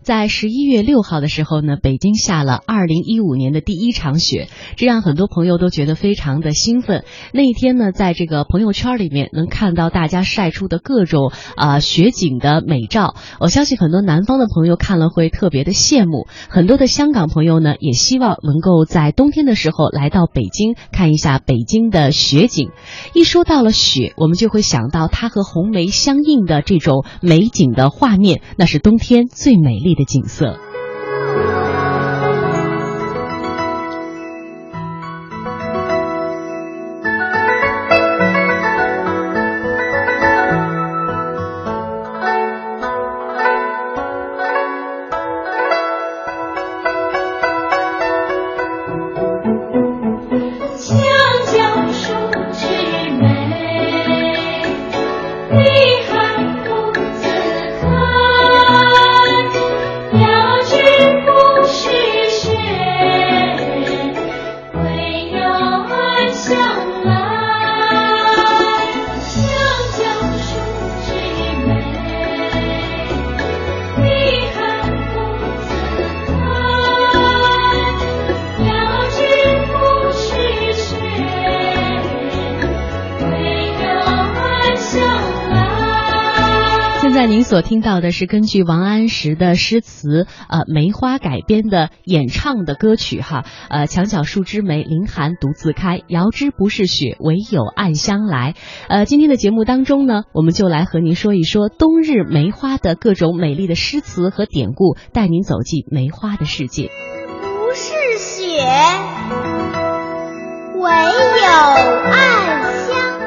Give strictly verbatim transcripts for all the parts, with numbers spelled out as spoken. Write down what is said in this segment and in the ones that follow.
在十一月六号的时候呢，北京下了二零一五年的第一场雪，这让很多朋友都觉得非常的兴奋。那一天呢，在这个朋友圈里面能看到大家晒出的各种啊、呃、雪景的美照，我相信很多南方的朋友看了会特别的羡慕。很多的香港朋友呢，也希望能够在冬天的时候来到北京看一下北京的雪景。一说到了雪，我们就会想到它和红梅相映的这种美景的画面，那是冬天最美丽的景色。您所听到的是根据王安石的诗词呃梅花改编的演唱的歌曲哈，呃墙角数枝梅，凌寒独自开，遥知不是雪，唯有暗香来。呃今天的节目当中呢，我们就来和您说一说冬日梅花的各种美丽的诗词和典故，带您走进梅花的世界。 不是雪，唯有暗香。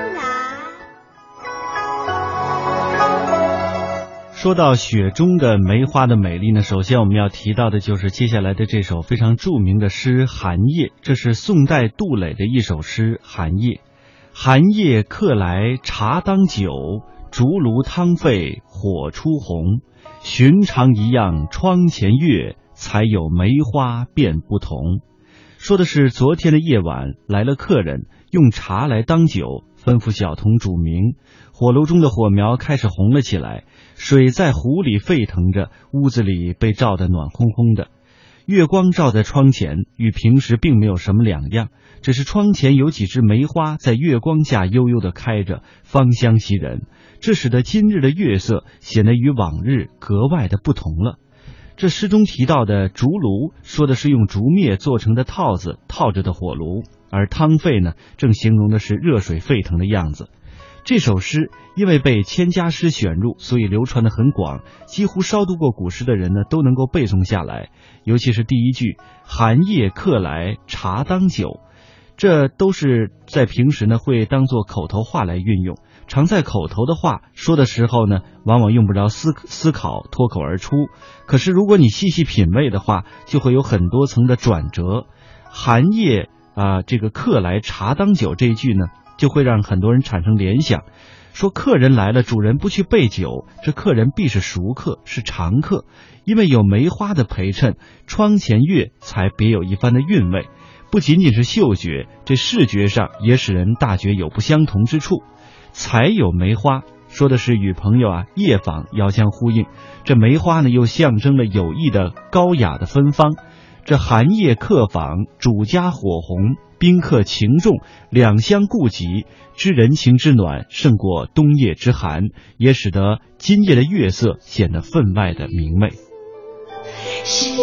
说到雪中的梅花的美丽呢，首先我们要提到的就是接下来的这首非常著名的诗《寒夜》，这是宋代杜磊的一首诗《寒夜》。寒夜客来茶当酒，竹炉汤沸火初红。寻常一样窗前月，才有梅花变不同。说的是昨天的夜晚来了客人，用茶来当酒，吩咐小童煮茗，火炉中的火苗开始红了起来，水在壶里沸腾着，屋子里被照得暖烘烘的。月光照在窗前，与平时并没有什么两样，只是窗前有几枝梅花在月光下悠悠地开着，芳香袭人，这使得今日的月色显得与往日格外的不同了。这诗中提到的竹炉，说的是用竹篾做成的套子套着的火炉，而汤沸呢，正形容的是热水沸腾的样子。这首诗因为被千家诗选入，所以流传得很广，几乎烧读过古诗的人呢都能够背诵下来。尤其是第一句寒夜客来茶当酒，这都是在平时呢会当作口头话来运用。常在口头的话说的时候呢，往往用不着思思考，脱口而出。可是如果你细细品味的话，就会有很多层的转折。寒夜啊、呃，这个客来茶当酒这一句呢，就会让很多人产生联想，说客人来了，主人不去备酒，这客人必是熟客，是常客，因为有梅花的陪衬，窗前月才别有一番的韵味。不仅仅是嗅觉，这视觉上也使人大觉有不相同之处。才有梅花，说的是与朋友啊夜访遥相呼应，这梅花呢又象征了友谊的高雅的芬芳。这寒夜客访，主家火红，宾客情重，两相顾及，知人情之暖胜过冬夜之寒，也使得今夜的月色显得分外的明媚。 心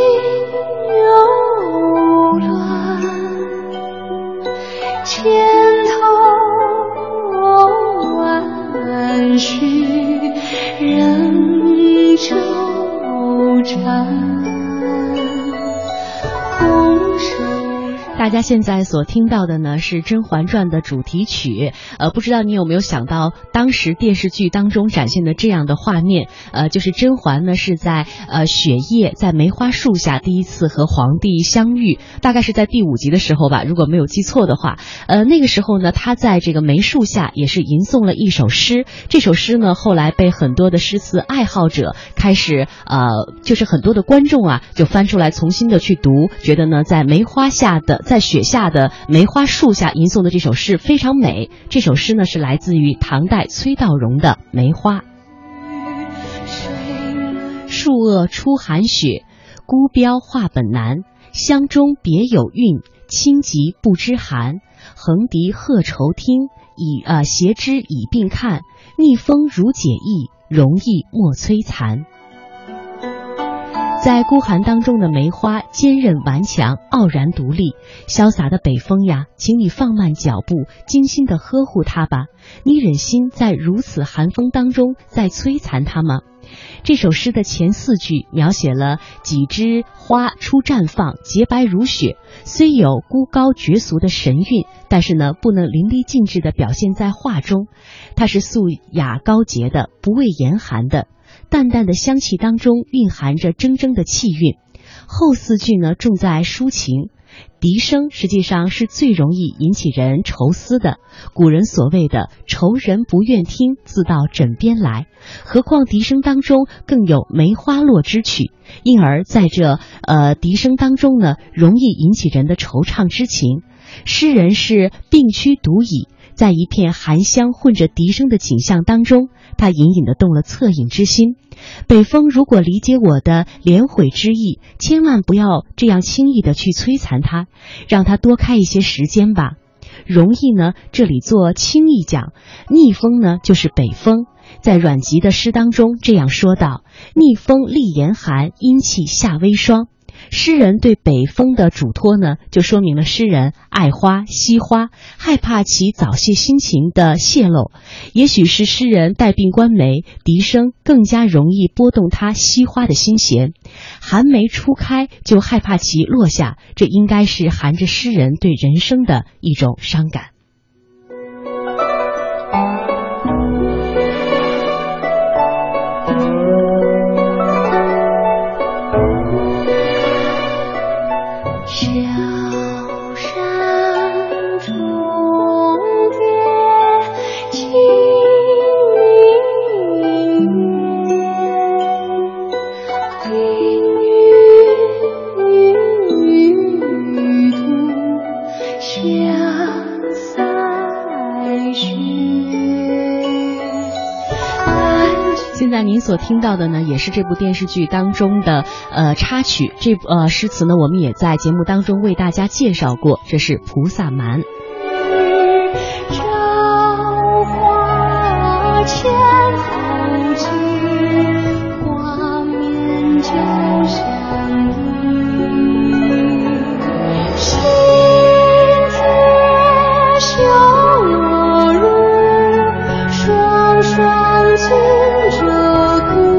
有乱，千头万绪仍纠缠。 大家现在所听到的呢是《甄嬛传》的主题曲，呃，不知道你有没有想到当时电视剧当中展现的这样的画面，呃，就是甄嬛呢是在呃雪夜在梅花树下第一次和皇帝相遇，大概是在第五集的时候吧，如果没有记错的话，呃，那个时候呢，她在这个梅树下也是吟诵了一首诗，这首诗呢后来被很多的诗词爱好者开始呃，就是很多的观众啊就翻出来重新的去读，觉得呢在梅花下的在雪下的梅花树下吟诵的这首诗非常美。这首诗呢是来自于唐代崔道融的《梅花》。 树萼出寒雪，孤标画本难。乡中别有韵，轻疾不知寒。横笛贺愁听，以呃斜枝以并看。逆风如解意，容易莫摧残。在孤寒当中的梅花坚韧顽强，傲然独立。潇洒的北风呀，请你放慢脚步，精心地呵护它吧。你忍心在如此寒风当中再摧残它吗？这首诗的前四句描写了几枝花初绽放，洁白如雪，虽有孤高绝俗的神韵，但是呢，不能淋漓尽致地表现在画中。它是素雅高洁的，不畏严寒的。淡淡的香气当中蕴含着铮铮的气韵。后四句呢，重在抒情。笛声实际上是最容易引起人愁思的，古人所谓的愁人不愿听，自到枕边来。何况笛声当中更有梅花落之曲，因而在这呃笛声当中呢，容易引起人的惆怅之情。诗人是病躯独倚，在一片寒香混着笛声的景象当中，他隐隐地动了恻隐之心。北风如果理解我的怜悔之意，千万不要这样轻易地去摧残它，让它多开一些时间吧。容易呢，这里做轻易讲，逆风呢就是北风。在阮籍的诗当中这样说道：逆风立严寒，阴气下微霜。诗人对北风的嘱托呢，就说明了诗人爱花惜花，害怕其早泄心情的泄露。也许是诗人带病观梅，笛声更加容易拨动他惜花的心弦。寒梅初开，就害怕其落下，这应该是含着诗人对人生的一种伤感。现在您所听到的呢，也是这部电视剧当中的呃插曲。这呃诗词呢，我们也在节目当中为大家介绍过，这是《菩萨蛮》。 朝花千红尽，画面就相依。心结羞辱，双双紧着骨。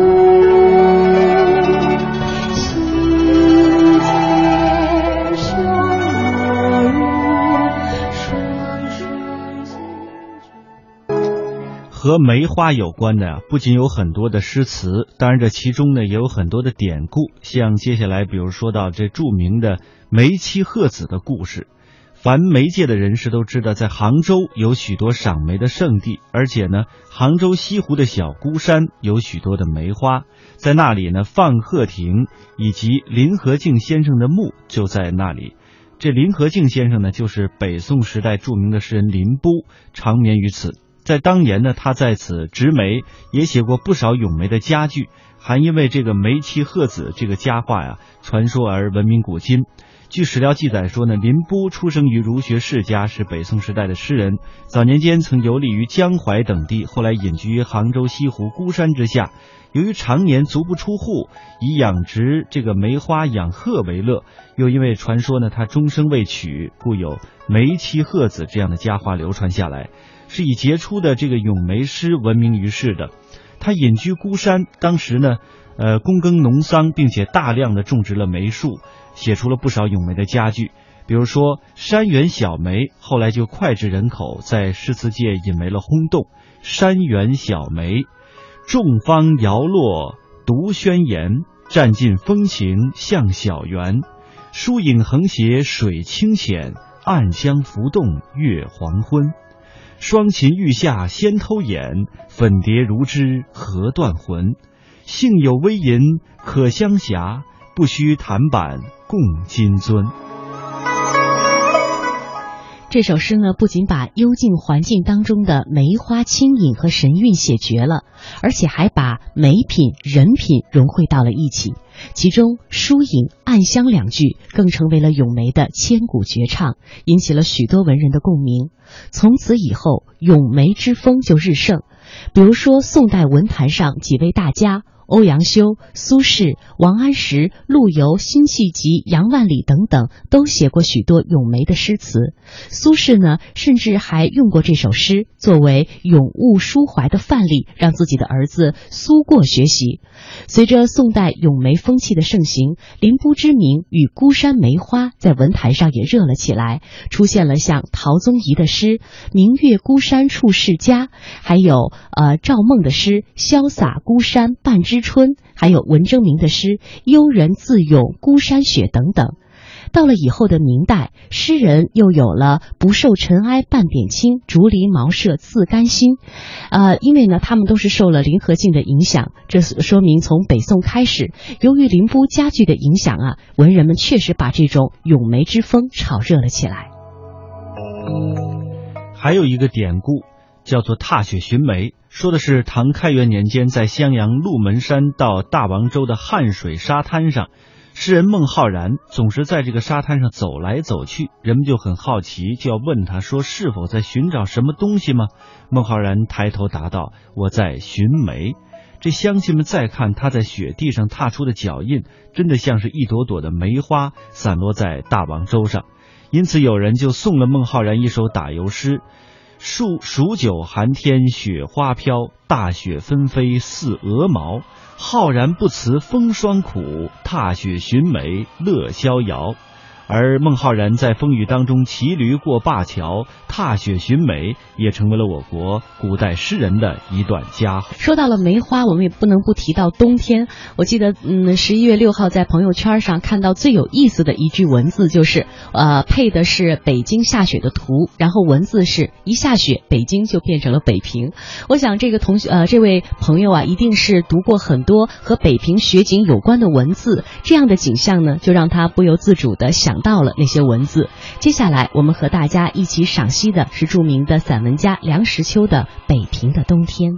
心结羞辱，双双紧着。 和梅花有关的啊，不仅有很多的诗词，当然这其中呢也有很多的典故。像接下来比如说到这著名的梅妻鹤子的故事。凡梅界的人士都知道，在杭州有许多赏梅的圣地，而且呢，杭州西湖的小孤山有许多的梅花，在那里呢，放鹤亭以及林和靖先生的墓就在那里。这林和靖先生呢，就是北宋时代著名的诗人林逋，长眠于此。在当年呢，他在此植梅，也写过不少咏梅的佳句，还因为这个梅妻鹤子这个佳话呀，传说而闻名古今。据史料记载说呢，林逋出生于儒学世家，是北宋时代的诗人。早年间曾游历于江淮等地，后来隐居于杭州西湖孤山之下。由于常年足不出户，以养殖这个梅花养鹤为乐，又因为传说呢他终生未娶，故有梅妻鹤子这样的佳话流传下来，是以杰出的这个咏梅诗闻名于世的。他隐居孤山，当时呢呃，躬耕农桑，并且大量的种植了梅树，写出了不少咏梅的佳句。比如说山园小梅，后来就脍炙人口，在诗词界引为了轰动。山园小梅，众芳摇落独宣言，占尽风情向小园。疏影横斜水清浅，暗香浮动月黄昏。双琴欲下先偷眼，粉蝶如织何断魂。幸有微吟可相狎，不须弹板共金樽。 这首诗呢，不仅把幽静环境当中的梅花轻影和神韵写绝了，而且还把美品、人品融汇到了一起。其中疏影、暗香两句更成为了咏梅的千古绝唱，引起了许多文人的共鸣。从此以后，咏梅之风就日盛。比如说宋代文坛上几位大家，欧阳修、苏轼、王安石、陆游、辛弃疾、杨万里等等都写过许多咏梅的诗词。苏轼呢，甚至还用过这首诗作为咏物抒怀的范例，让自己的儿子苏过学习。随着宋代咏梅风气的盛行，林逋之名与孤山梅花在文坛上也热了起来，出现了像陶宗仪的诗明月孤山处世家，还有呃赵孟的诗潇洒孤山半枝春，还有文征明的诗幽人自咏孤山雪等等。到了以后的明代，诗人又有了不受尘埃半点轻，竹篱茅舍自甘心。呃，因为呢，他们都是受了林和靖的影响，这说明从北宋开始，由于林逋家具的影响啊，文人们确实把这种咏梅之风炒热了起来。 还有一个典故叫做踏雪寻梅，说的是唐开元年间，在襄阳鹿门山到大王洲的汉水沙滩上，诗人孟浩然总是在这个沙滩上走来走去，人们就很好奇，就要问他说是否在寻找什么东西吗？孟浩然抬头答道：我在寻梅。这乡亲们再看他在雪地上踏出的脚印，真的像是一朵朵的梅花散落在大王洲上。因此有人就送了孟浩然一首打油诗：数数九寒天雪花飘，大雪纷飞似鹅毛。浩然不辞风霜苦，踏雪寻梅乐逍遥。而孟浩然在风雨当中骑驴过灞桥，踏雪寻梅，也成为了我国古代诗人的一段佳话。 说到了梅花，我们也不能不提到冬天。我记得，嗯，十一月六号在朋友圈上看到最有意思的一句文字，就是呃，配的是北京下雪的图，然后文字是一下雪，北京就变成了北平。我想这个同学，呃，这位朋友啊，一定是读过很多和北平雪景有关的文字，这样的景象呢，就让他不由自主地想到了那些文字。接下来我们和大家一起赏析的是著名的散文家梁实秋的《北平的冬天》。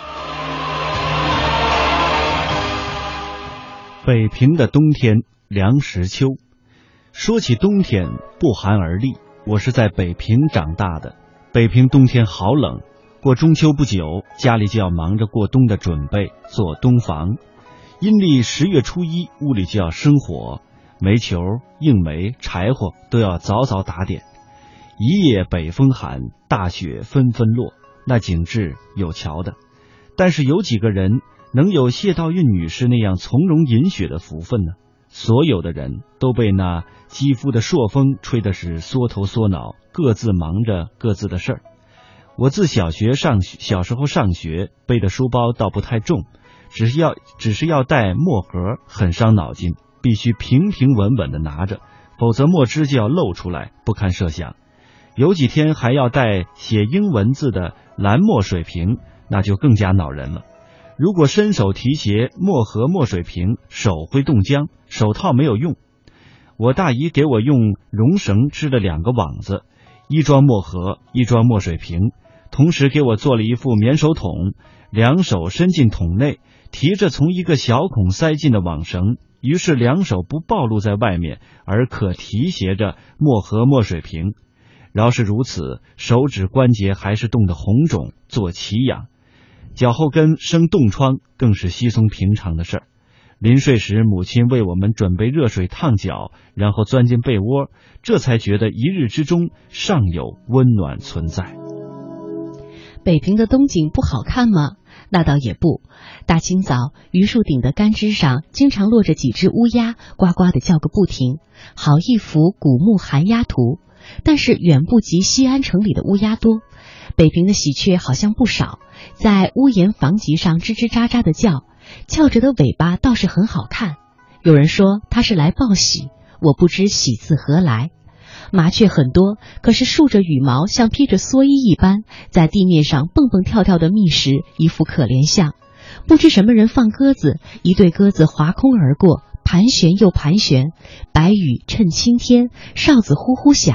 北平的冬天，梁实秋。说起冬天，不寒而栗。我是在北平长大的，北平冬天好冷。过中秋不久，家里就要忙着过冬的准备，做冬房。阴历十月初一，屋里就要生火，煤球、硬煤、柴火都要早早打点。一夜北风寒，大雪纷纷落，那景致有瞧的。但是有几个人能有谢道韫女士那样从容饮雪的福分呢？所有的人都被那肌肤的朔风吹的是缩头缩脑，各自忙着各自的事儿。我自小学上小时候上学，背的书包倒不太重，只是要只是要带墨盒，很伤脑筋，必须平平稳稳的拿着，否则墨汁就要漏出来，不堪设想。有几天还要带写英文字的蓝墨水瓶，那就更加恼人了。如果伸手提携墨盒墨水瓶，手会冻僵，手套没有用。我大姨给我用绒绳织了两个网子，一装墨盒，一装墨水瓶，同时给我做了一副棉手桶，两手伸进桶内，提着从一个小孔塞进的网绳，于是两手不暴露在外面，而可提携着墨盒墨水瓶。饶是如此，手指关节还是冻得红肿，做奇痒，脚后跟生冻疮更是稀松平常的事儿。临睡时，母亲为我们准备热水烫脚，然后钻进被窝，这才觉得一日之中尚有温暖存在。 北平的冬景不好看吗？那倒也不。大清早，榆树顶的干枝上经常落着几只乌鸦，呱呱地叫个不停，好一幅古木寒鸦图。但是远不及西安城里的乌鸦多。北平的喜鹊好像不少，在屋檐房脊上吱吱喳喳地叫，翘着的尾巴倒是很好看。有人说它是来报喜，我不知喜自何来。麻雀很多，可是竖着羽毛像披着蓑衣一般，在地面上蹦蹦跳跳的觅食，一副可怜相。不知什么人放鸽子，一对鸽子划空而过，盘旋又盘旋，白羽衬青天，哨子呼呼响。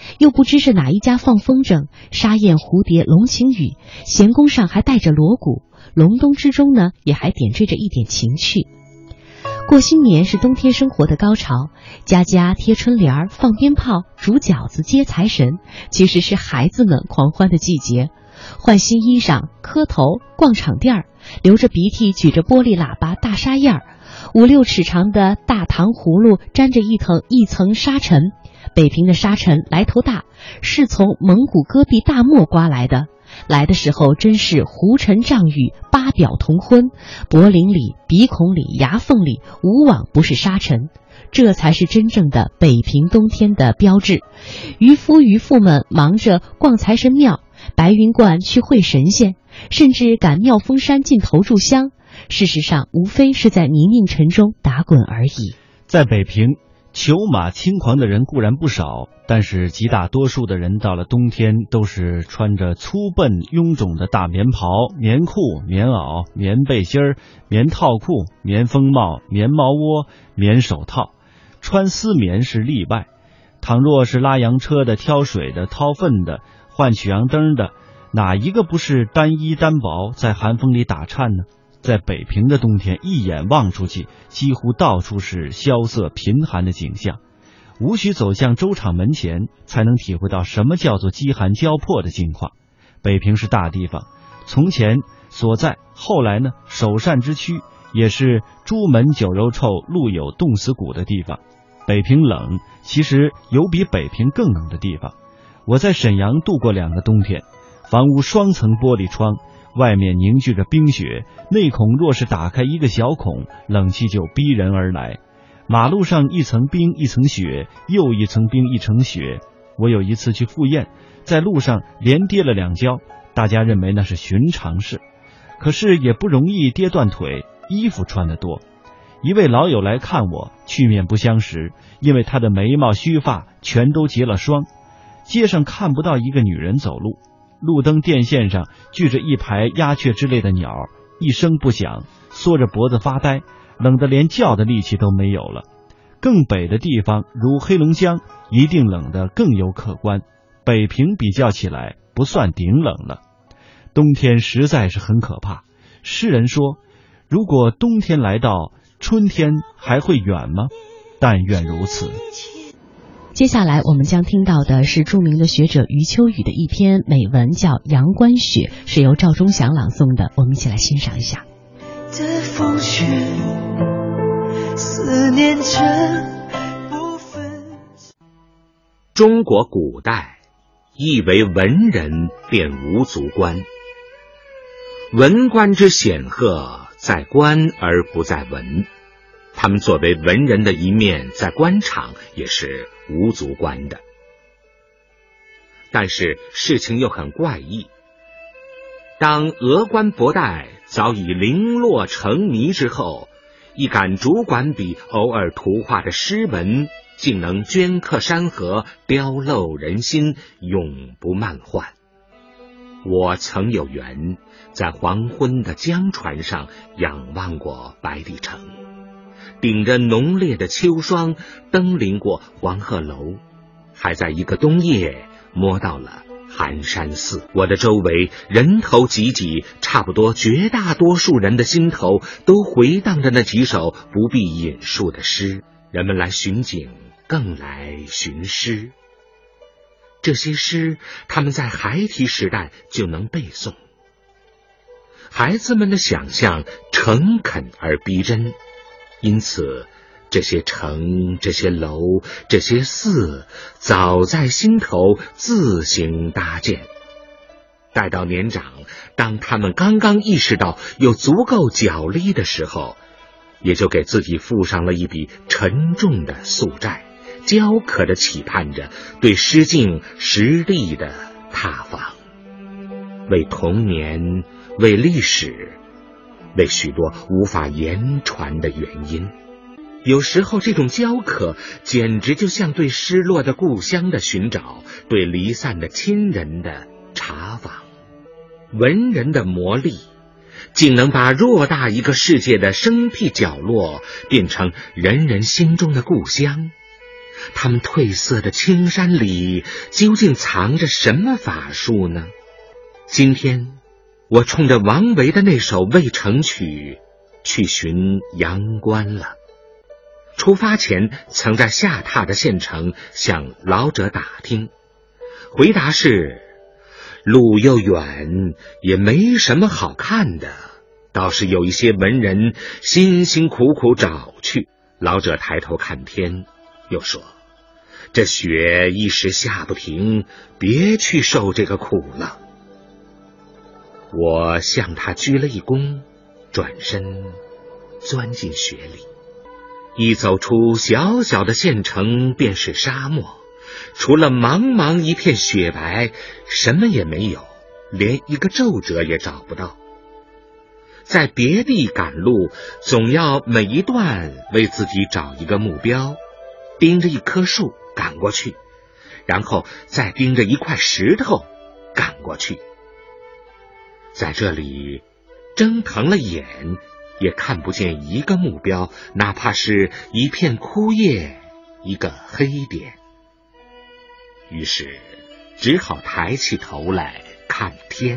又不知是哪一家放风筝，沙燕、蝴蝶、龙晴雨，弦弓上还带着锣鼓，隆冬之中呢，也还点缀着一点情趣。过新年是冬天生活的高潮，家家贴春联儿、放鞭炮、煮饺子、接财神，其实是孩子们狂欢的季节。换新衣裳、磕头、逛场店儿，流着鼻涕举着玻璃喇叭大沙燕儿，五六尺长的大糖葫芦沾着一层一层沙尘。北平的沙尘来头大，是从蒙古戈壁大漠刮来的。来的时候真是胡尘障雨，八表同昏，脖领里、鼻孔里、牙缝里无往不是沙尘，这才是真正的北平冬天的标志。渔夫渔妇们忙着逛财神庙、白云观去会神仙，甚至赶妙峰山进头炷香，事实上无非是在泥泞尘中打滚而已。 在北平，裘马轻狂的人固然不少，但是极大多数的人到了冬天都是穿着粗笨臃肿的大棉袍、棉裤、棉袄、棉背心儿、棉套裤、棉风帽、棉毛窝、棉手套，穿丝棉是例外。倘若是拉洋车的、挑水的、掏粪的、换取阳灯的，哪一个不是单衣单薄，在寒风里打颤呢？在北平的冬天，一眼望出去，几乎到处是萧瑟贫寒的景象。无需走向粥厂门前，才能体会到什么叫做饥寒交迫的境况。北平是大地方，从前所在，后来呢，首善之区，也是朱门酒肉臭、路有冻死骨的地方。北平冷，其实有比北平更冷的地方。我在沈阳度过两个冬天，房屋双层玻璃窗，外面凝聚着冰雪，内孔若是打开一个小孔，冷气就逼人而来。马路上一层冰一层雪，又一层冰一层雪。我有一次去赴宴，在路上连跌了两跤，大家认为那是寻常事，可是也不容易跌断腿，衣服穿得多。一位老友来看我，去面不相识，因为他的眉毛须发全都结了霜。街上看不到一个女人走路，路灯电线上聚着一排鸦雀之类的鸟，一声不响，缩着脖子发呆，冷得连叫的力气都没有了。更北的地方如黑龙江，一定冷得更有可观，北平比较起来不算顶冷了。冬天实在是很可怕。诗人说，如果冬天来到，春天还会远吗？但愿如此。 接下来我们将听到的是著名的学者余秋雨的一篇美文，叫《阳关雪》，是由赵忠祥朗诵的，我们一起来欣赏一下。 的风雪，思念着不分。 中国古代亦为文人便无足观，文官之显赫在官而不在文，他们作为文人的一面在官场也是无足观的。但是事情又很怪异，当峨冠博带早已零落成泥之后，一杆竹管笔偶尔图画的诗文竟能镌刻山河，雕镂人心，永不漫换。我曾有缘在黄昏的江船上仰望过白帝城，顶着浓烈的秋霜登临过黄鹤楼，还在一个冬夜摸到了寒山寺。我的周围人头济济，差不多绝大多数人的心头都回荡着那几首不必引述的诗。人们来寻景，更来寻诗。这些诗他们在孩提时代就能背诵。孩子们的想象诚恳而逼真，因此这些城、这些楼、这些寺早在心头自行搭建。待到年长，当他们刚刚意识到有足够脚力的时候，也就给自己付上了一笔沉重的宿债，焦渴地期盼着对诗境实地的踏访，为童年，为历史，为许多无法言传的原因。有时候这种焦渴简直就像对失落的故乡的寻找，对离散的亲人的查访。文人的魔力竟能把偌大一个世界的生僻角落变成人人心中的故乡， 他们褪色的青山里究竟藏着什么法术呢？今天我冲着王维的那首《渭城曲》去寻阳关了。出发前曾在下榻的县城向老者打听，回答是路又远，也没什么好看的，倒是有一些文人辛辛苦苦找去。老者抬头看天，又说这雪一时下不停，别去受这个苦了。我向他鞠了一躬，转身钻进雪里。一走出小小的县城，便是沙漠，除了茫茫一片雪白，什么也没有，连一个皱褶也找不到。在别地赶路，总要每一段为自己找一个目标，盯着一棵树赶过去，然后再盯着一块石头赶过去。在这里睁疼了眼也看不见一个目标，哪怕是一片枯叶，一个黑点。于是只好抬起头来看天。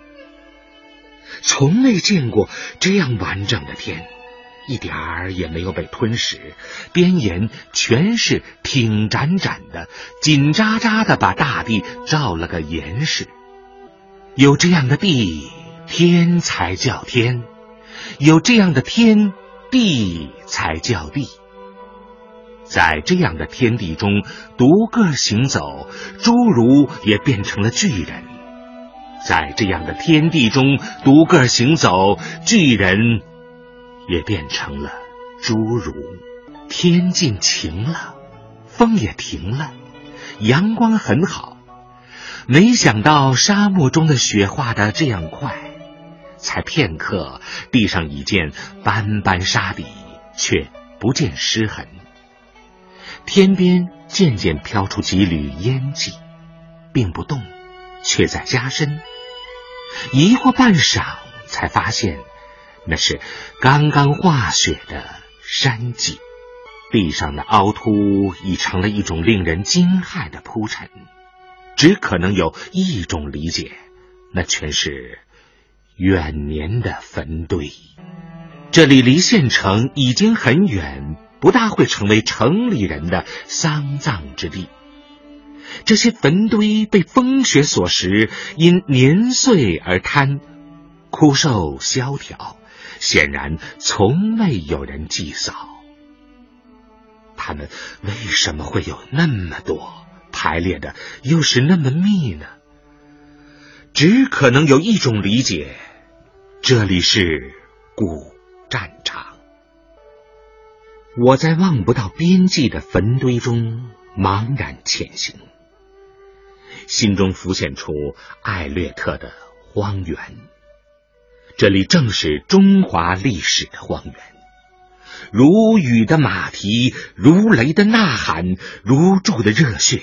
从未见过这样完整的天，一点儿也没有被吞噬，边沿全是挺展展的，紧扎扎的把大地罩了个严实。有这样的地，天才叫天；有这样的天，地才叫地。在这样的天地中独个行走，侏儒也变成了巨人；在这样的天地中独个行走，巨人也变成了侏儒。天尽晴了，风也停了，阳光很好。没想到沙漠中的雪化得这样快，才片刻，地上已见斑斑沙底，却不见湿痕。天边渐渐飘出几缕烟迹，并不动，却在加深。疑惑半晌，才发现那是刚刚化雪的山脊，地上的凹凸已成了一种令人惊骇的铺陈。只可能有一种理解，那全是远年的坟堆。这里离县城已经很远，不大会成为城里人的丧葬之地。这些坟堆被风雪所蚀，因年岁而瘫，枯瘦萧条，显然从未有人祭扫。他们为什么会有那么多，排列的又是那么密呢？只可能有一种理解，这里是古战场。我在望不到边际的坟堆中茫然前行，心中浮现出艾略特的荒原。这里正是中华历史的荒原，如雨的马蹄，如雷的呐喊，如注的热血。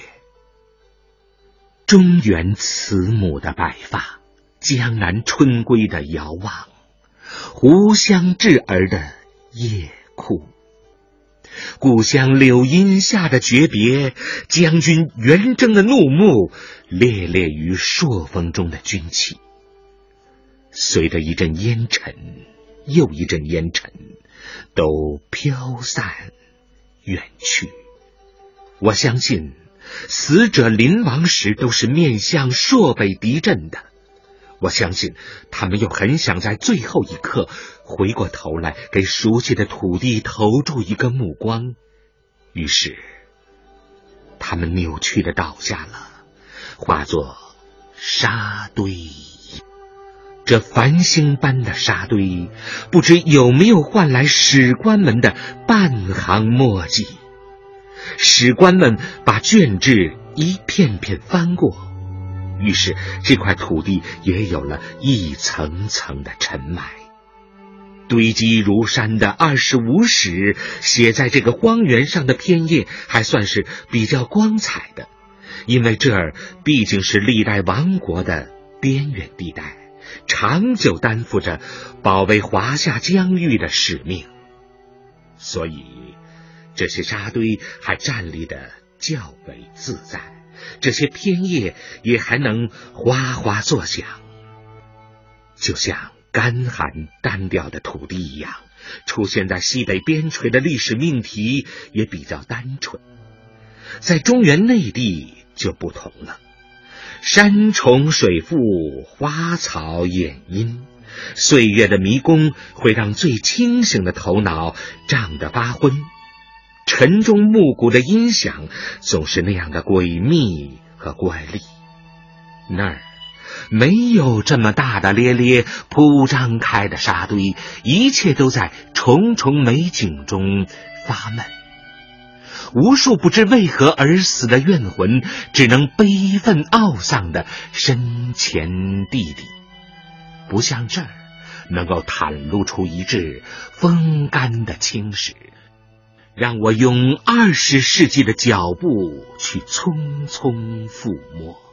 中原慈母的白发，江南春归的遥望，湖湘稚儿的夜哭，故乡柳荫下的诀别，将军圆睁的怒目，猎猎于朔风中的军旗。随着一阵烟尘又一阵烟尘，都飘散远去。我相信死者临亡时都是面向朔北敌阵的，我相信他们又很想在最后一刻回过头来给熟悉的土地投注一个目光，于是他们扭曲地倒下了，化作沙堆。这繁星般的沙堆，不知有没有换来史官们的半行墨迹。史官们把卷帙一片片翻过，于是这块土地也有了一层层的沉埋。堆积如山的二十五史写在这个荒原上的篇页还算是比较光彩的，因为这儿毕竟是历代王国的边远地带，长久担负着保卫华夏疆域的使命。所以这些沙堆还站立得较为自在，这些片叶也还能哗哗作响，就像干寒单调的土地一样。出现在西北边陲的历史命题也比较单纯，在中原内地就不同了。山重水复，花草掩阴，岁月的迷宫会让最清醒的头脑胀得发昏，晨钟暮鼓的音响总是那样的诡秘和怪异。那儿没有这么大大咧咧铺张开的沙堆，一切都在重重美景中发闷。无数不知为何而死的怨魂，只能悲愤懊丧地深潜地底，不像这儿能够袒露出一致风干的青史，让我用二十世纪的脚步去匆匆抚摸。